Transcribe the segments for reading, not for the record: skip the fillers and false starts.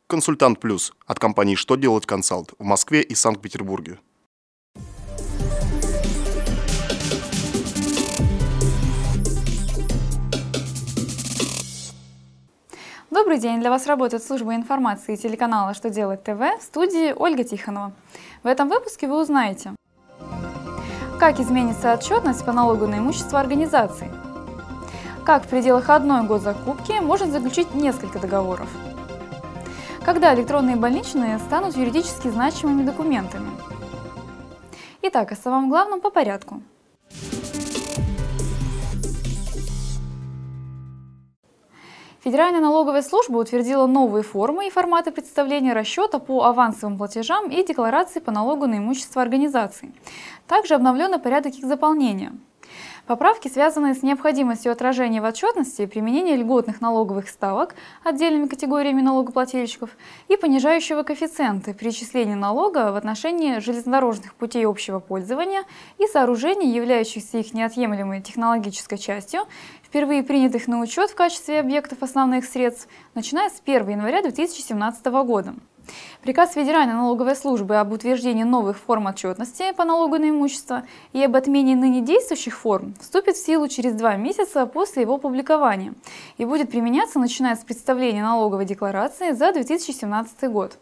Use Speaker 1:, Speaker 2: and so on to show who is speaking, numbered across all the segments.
Speaker 1: Консультант Плюс от компании «Что делать консалт» в Москве и Санкт-Петербурге.
Speaker 2: Добрый день! Для вас работает служба информации телеканала «Что делать ТВ», в студии Ольга Тихонова. В этом выпуске вы узнаете, как изменится отчетность по налогу на имущество организаций, как в пределах одной госзакупки можно заключить несколько договоров, когда электронные больничные станут юридически значимыми документами. Итак, о самом главном по порядку. Федеральная налоговая служба утвердила новые формы и форматы представления расчета по авансовым платежам и декларации по налогу на имущество организаций. Также обновлен порядок их заполнения. Поправки, связанные с необходимостью отражения в отчетности применения льготных налоговых ставок отдельными категориями налогоплательщиков и понижающего коэффициента при исчислении налога в отношении железнодорожных путей общего пользования и сооружений, являющихся их неотъемлемой технологической частью, впервые принятых на учет в качестве объектов основных средств, начиная с 1 января 2017 года. Приказ Федеральной налоговой службы об утверждении новых форм отчетности по налогу на имущество и об отмене ныне действующих форм вступит в силу через 2 месяца после его публикования и будет применяться, начиная с представления налоговой декларации за 2017 год.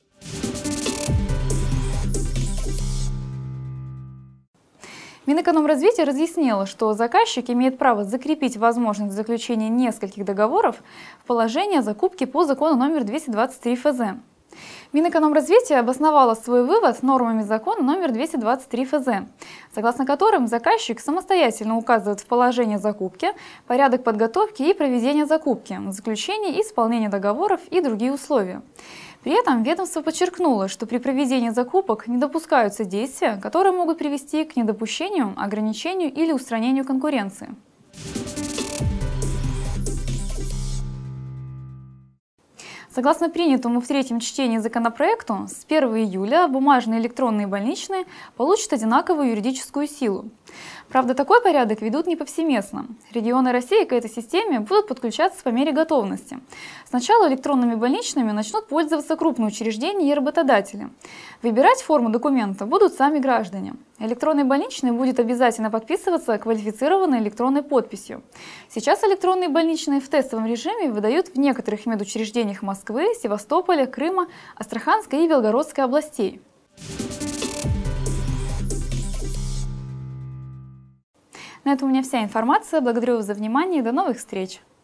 Speaker 2: Минэкономразвитие разъяснило, что заказчик имеет право закрепить возможность заключения нескольких договоров в положении о закупке по закону номер 223 ФЗ. Минэкономразвитие обосновало свой вывод нормами закона номер 223 ФЗ, согласно которым заказчик самостоятельно указывает в положении закупки порядок подготовки и проведения закупки, заключения и исполнения договоров и другие условия. При этом ведомство подчеркнуло, что при проведении закупок не допускаются действия, которые могут привести к недопущению, ограничению или устранению конкуренции. Согласно принятому в третьем чтении законопроекту, с 1 июля бумажные электронные больничные получат одинаковую юридическую силу. Правда, такой порядок ведут не повсеместно. Регионы России к этой системе будут подключаться по мере готовности. Сначала электронными больничными начнут пользоваться крупные учреждения и работодатели. Выбирать форму документа будут сами граждане. Электронный больничный будет обязательно подписываться квалифицированной электронной подписью. Сейчас электронные больничные в тестовом режиме выдают в некоторых медучреждениях Москвы, Севастополя, Крыма, Астраханской и Белгородской областей. На этом у меня вся информация. Благодарю вас за внимание и до новых встреч!